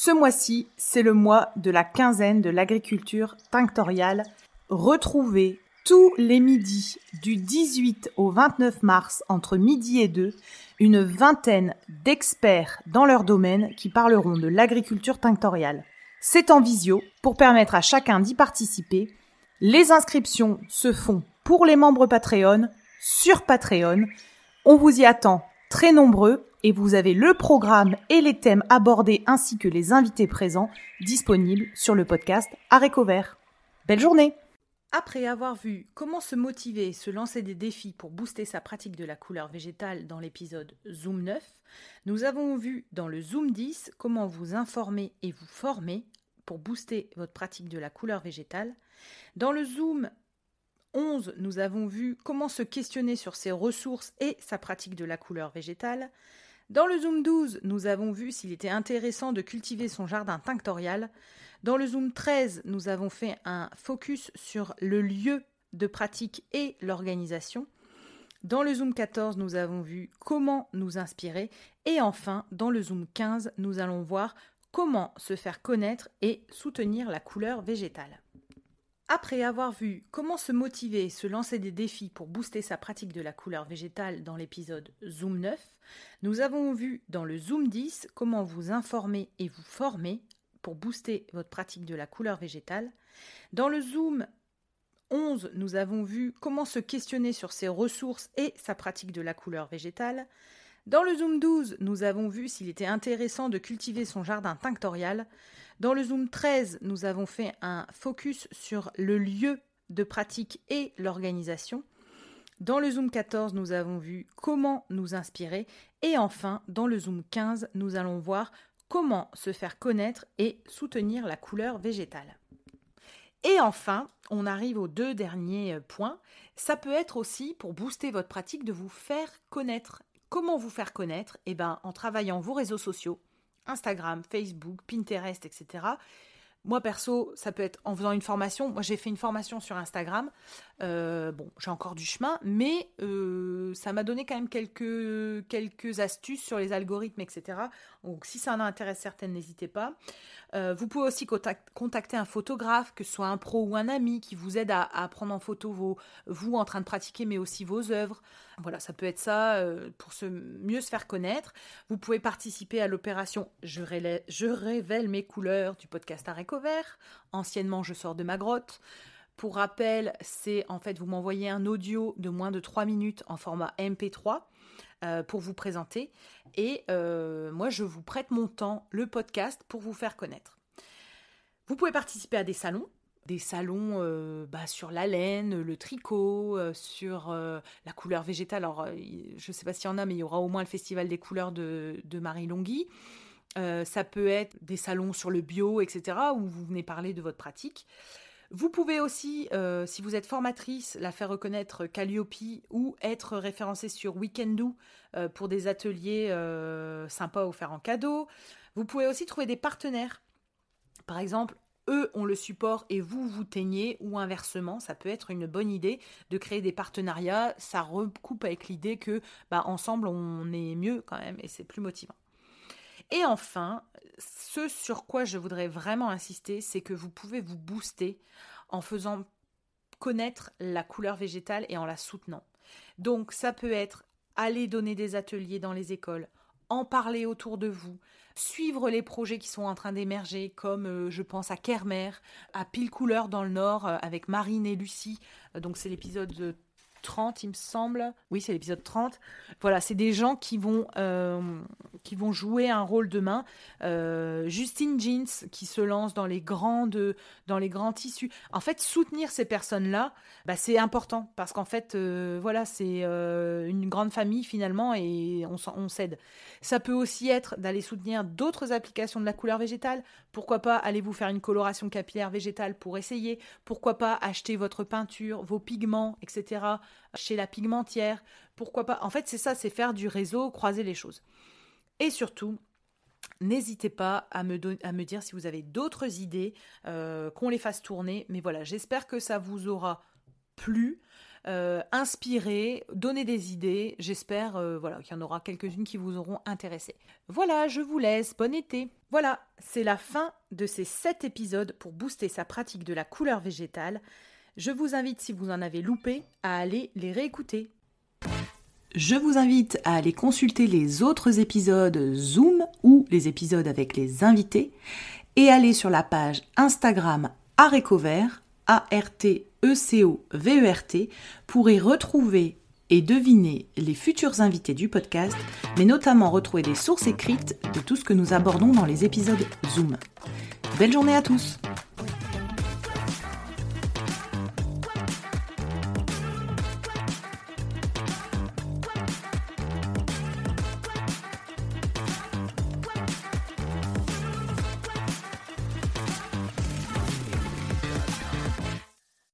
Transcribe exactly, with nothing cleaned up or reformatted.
Ce mois-ci, c'est le mois de la quinzaine de l'agriculture tinctoriale. Retrouvez tous les midis du dix-huit au vingt-neuf mars, entre midi et deux, une vingtaine d'experts dans leur domaine qui parleront de l'agriculture tinctoriale. C'est en visio pour permettre à chacun d'y participer. Les inscriptions se font pour les membres Patreon sur Patreon. On vous y attend très nombreux et vous avez le programme et les thèmes abordés ainsi que les invités présents disponibles sur le podcast Haricots Verts. Belle journée! Après avoir vu comment se motiver et se lancer des défis pour booster sa pratique de la couleur végétale dans l'épisode Zoom neuf, nous avons vu dans le Zoom dix comment vous informer et vous former pour booster votre pratique de la couleur végétale. Dans le Zoom onze, nous avons vu comment se questionner sur ses ressources et sa pratique de la couleur végétale. Dans le Zoom douze, nous avons vu s'il était intéressant de cultiver son jardin tinctorial. Dans le Zoom treize, nous avons fait un focus sur le lieu de pratique et l'organisation. Dans le Zoom quatorze, nous avons vu comment nous inspirer. Et enfin, dans le Zoom quinze, nous allons voir comment se faire connaître et soutenir la couleur végétale. Après avoir vu comment se motiver et se lancer des défis pour booster sa pratique de la couleur végétale dans l'épisode Zoom neuf, nous avons vu dans le Zoom dix comment vous informer et vous former pour booster votre pratique de la couleur végétale. Dans le Zoom onze, nous avons vu comment se questionner sur ses ressources et sa pratique de la couleur végétale. Dans le Zoom douze, nous avons vu s'il était intéressant de cultiver son jardin tinctorial. Dans le Zoom treize, nous avons fait un focus sur le lieu de pratique et l'organisation. Dans le Zoom quatorze, nous avons vu comment nous inspirer. Et enfin, dans le Zoom quinze, nous allons voir comment se faire connaître et soutenir la couleur végétale. Et enfin, on arrive aux deux derniers points. Ça peut être aussi pour booster votre pratique de vous faire connaître. Comment vous faire connaître ? Eh ben, en travaillant vos réseaux sociaux, Instagram, Facebook, Pinterest, et cetera. Moi, perso, ça peut être en faisant une formation. Moi, j'ai fait une formation sur Instagram. Euh, bon, j'ai encore du chemin, mais euh, ça m'a donné quand même quelques, quelques astuces sur les algorithmes, et cetera. Donc, si ça en intéresse certaines, n'hésitez pas. Euh, vous pouvez aussi contact, contacter un photographe, que ce soit un pro ou un ami, qui vous aide à, à prendre en photo vos, vous en train de pratiquer, mais aussi vos œuvres. Voilà, ça peut être ça euh, pour se, mieux se faire connaître. Vous pouvez participer à l'opération Je révèle, je révèle mes couleurs du podcast Haricots Verts. Anciennement, Je sors de ma grotte. Pour rappel, c'est en fait, vous m'envoyez un audio de moins de trois minutes en format M P trois euh, pour vous présenter. Et euh, moi, je vous prête mon temps, le podcast, pour vous faire connaître. Vous pouvez participer à des salons. Des salons euh, bah, sur la laine, le tricot, euh, sur euh, la couleur végétale. Alors, euh, je ne sais pas s'il y en a, mais il y aura au moins le Festival des couleurs de, de Marie Longhi. Euh, ça peut être des salons sur le bio, et cetera, où vous venez parler de votre pratique. Vous pouvez aussi, euh, si vous êtes formatrice, la faire reconnaître Calliope ou être référencée sur Weekendoo euh, pour des ateliers euh, sympas offerts en cadeau. Vous pouvez aussi trouver des partenaires. Par exemple, eux ont le support et vous, vous teignez, ou inversement, ça peut être une bonne idée de créer des partenariats. Ça recoupe avec l'idée que, bah, ensemble, on est mieux quand même et c'est plus motivant. Et enfin, ce sur quoi je voudrais vraiment insister, c'est que vous pouvez vous booster en faisant connaître la couleur végétale et en la soutenant. Donc, ça peut être aller donner des ateliers dans les écoles, en parler autour de vous, suivre les projets qui sont en train d'émerger, comme euh, je pense à Kermer, à Pile Couleur dans le Nord, euh, avec Marine et Lucie. Euh, donc, c'est l'épisode trente, il me semble. Oui, c'est l'épisode trente. Voilà, c'est des gens qui vont, euh, qui vont jouer un rôle demain. Euh, Justine Jeans, qui se lance dans les, grandes, dans les grands tissus. En fait, soutenir ces personnes-là, bah, c'est important. Parce qu'en fait, euh, voilà, c'est euh, une grande famille, finalement, et on, on s'aide. Ça peut aussi être d'aller soutenir d'autres applications de la couleur végétale. Pourquoi pas aller vous faire une coloration capillaire végétale pour essayer. Pourquoi pas acheter votre peinture, vos pigments, et cetera chez la pigmentière, pourquoi pas. En fait, c'est ça, c'est faire du réseau, croiser les choses. Et surtout, n'hésitez pas à me, don- à me dire si vous avez d'autres idées, euh, qu'on les fasse tourner. Mais voilà, j'espère que ça vous aura plu. euh, inspirer, donner des idées. J'espère euh, voilà, qu'il y en aura quelques-unes qui vous auront intéressé. Voilà, je vous laisse. Bon été. Voilà, c'est la fin de ces sept épisodes pour booster sa pratique de la couleur végétale. Je vous invite, si vous en avez loupé, à aller les réécouter. Je vous invite à aller consulter les autres épisodes Zoom ou les épisodes avec les invités et aller sur la page Instagram Artecovert, A R T E C O V E R T, pour y retrouver et deviner les futurs invités du podcast, mais notamment retrouver des sources écrites de tout ce que nous abordons dans les épisodes Zoom. Belle journée à tous!